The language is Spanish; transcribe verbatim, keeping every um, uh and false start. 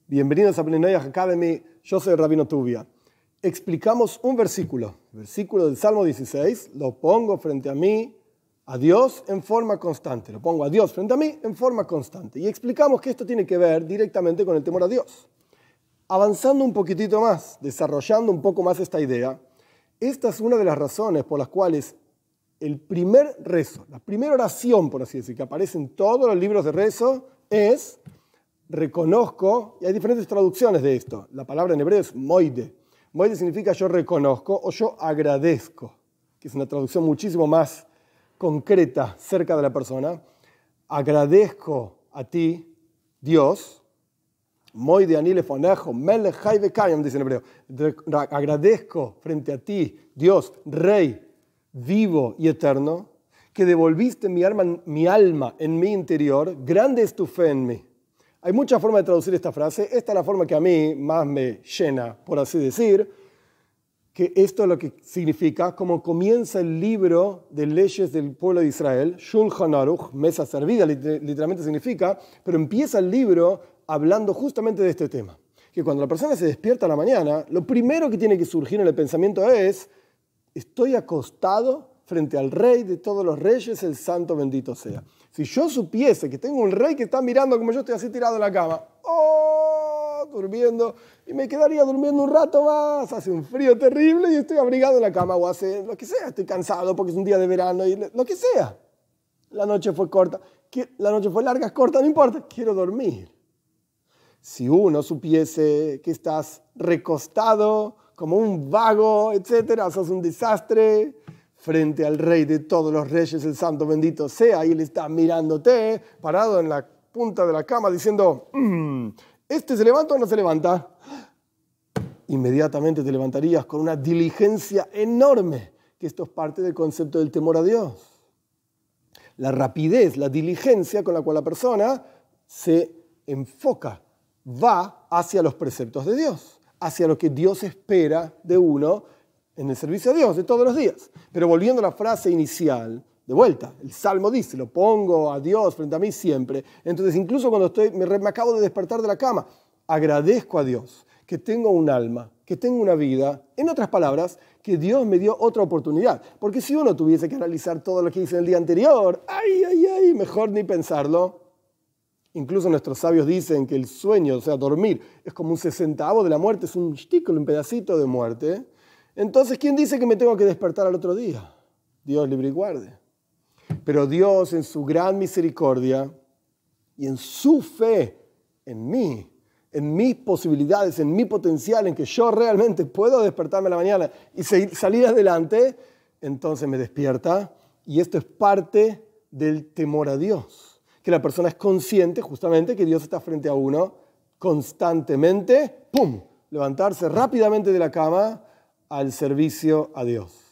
Bienvenidos a Pnei Academy, yo soy el Rabino Tuvia. Explicamos un versículo, versículo del Salmo dieciséis, lo pongo frente a mí, a Dios en forma constante, lo pongo a Dios frente a mí en forma constante. Y explicamos que esto tiene que ver directamente con el temor a Dios. Avanzando un poquitito más, desarrollando un poco más esta idea, esta es una de las razones por las cuales el primer rezo, la primera oración, por así decir, que aparece en todos los libros de rezo es: reconozco, y hay diferentes traducciones de esto. La palabra en hebreo es moide. Moide significa yo reconozco o yo agradezco, que es una traducción muchísimo más concreta, cerca de la persona. Agradezco a ti, Dios, moide ani lefonejo, melech chai vekayim, dice en hebreo. Agradezco frente a ti, Dios, Rey, vivo y eterno, que devolviste mi alma, mi alma en mi interior, grande es tu fe en mí. Hay muchas formas de traducir esta frase. Esta es la forma que a mí más me llena, por así decir, que esto es lo que significa, como comienza el libro de leyes del pueblo de Israel, Shulchan Aruch, mesa servida, literalmente significa, pero empieza el libro hablando justamente de este tema. Que cuando la persona se despierta a la mañana, lo primero que tiene que surgir en el pensamiento es: estoy acostado frente al Rey de todos los reyes, el santo bendito sea. Si yo supiese que tengo un rey que está mirando como yo estoy así tirado en la cama, oh, durmiendo, y me quedaría durmiendo un rato más, hace un frío terrible y estoy abrigado en la cama, o hace lo que sea, estoy cansado porque es un día de verano, y lo que sea. La noche fue corta, la noche fue larga, es corta, no importa, quiero dormir. Si uno supiese que estás recostado como un vago, etcétera, sos un desastre, frente al Rey de todos los reyes, el santo bendito sea, y él está mirándote, parado en la punta de la cama, diciendo: mmm, ¿este se levanta o no se levanta? Inmediatamente te levantarías con una diligencia enorme, que esto es parte del concepto del temor a Dios. La rapidez, la diligencia con la cual la persona se enfoca, va hacia los preceptos de Dios, hacia lo que Dios espera de uno en el servicio a Dios de todos los días. Pero volviendo a la frase inicial, de vuelta, el Salmo dice: lo pongo a Dios frente a mí siempre. Entonces, incluso cuando estoy, me, me acabo de despertar de la cama, agradezco a Dios que tengo un alma, que tengo una vida. En otras palabras, que Dios me dio otra oportunidad. Porque si uno tuviese que analizar todo lo que hice en el día anterior, ay, ay, ay, mejor ni pensarlo. Incluso nuestros sabios dicen que el sueño, o sea, dormir, es como un sesentavo de la muerte, es un shtickle, un pedacito de muerte. Entonces, ¿quién dice que me tengo que despertar al otro día? Dios libre y guarde. Pero Dios, en su gran misericordia y en su fe en mí, en mis posibilidades, en mi potencial, en que yo realmente puedo despertarme a la mañana y seguir, salir adelante, entonces me despierta. Y esto es parte del temor a Dios. Que la persona es consciente justamente que Dios está frente a uno constantemente, ¡pum!, levantarse rápidamente de la cama al servicio a Dios.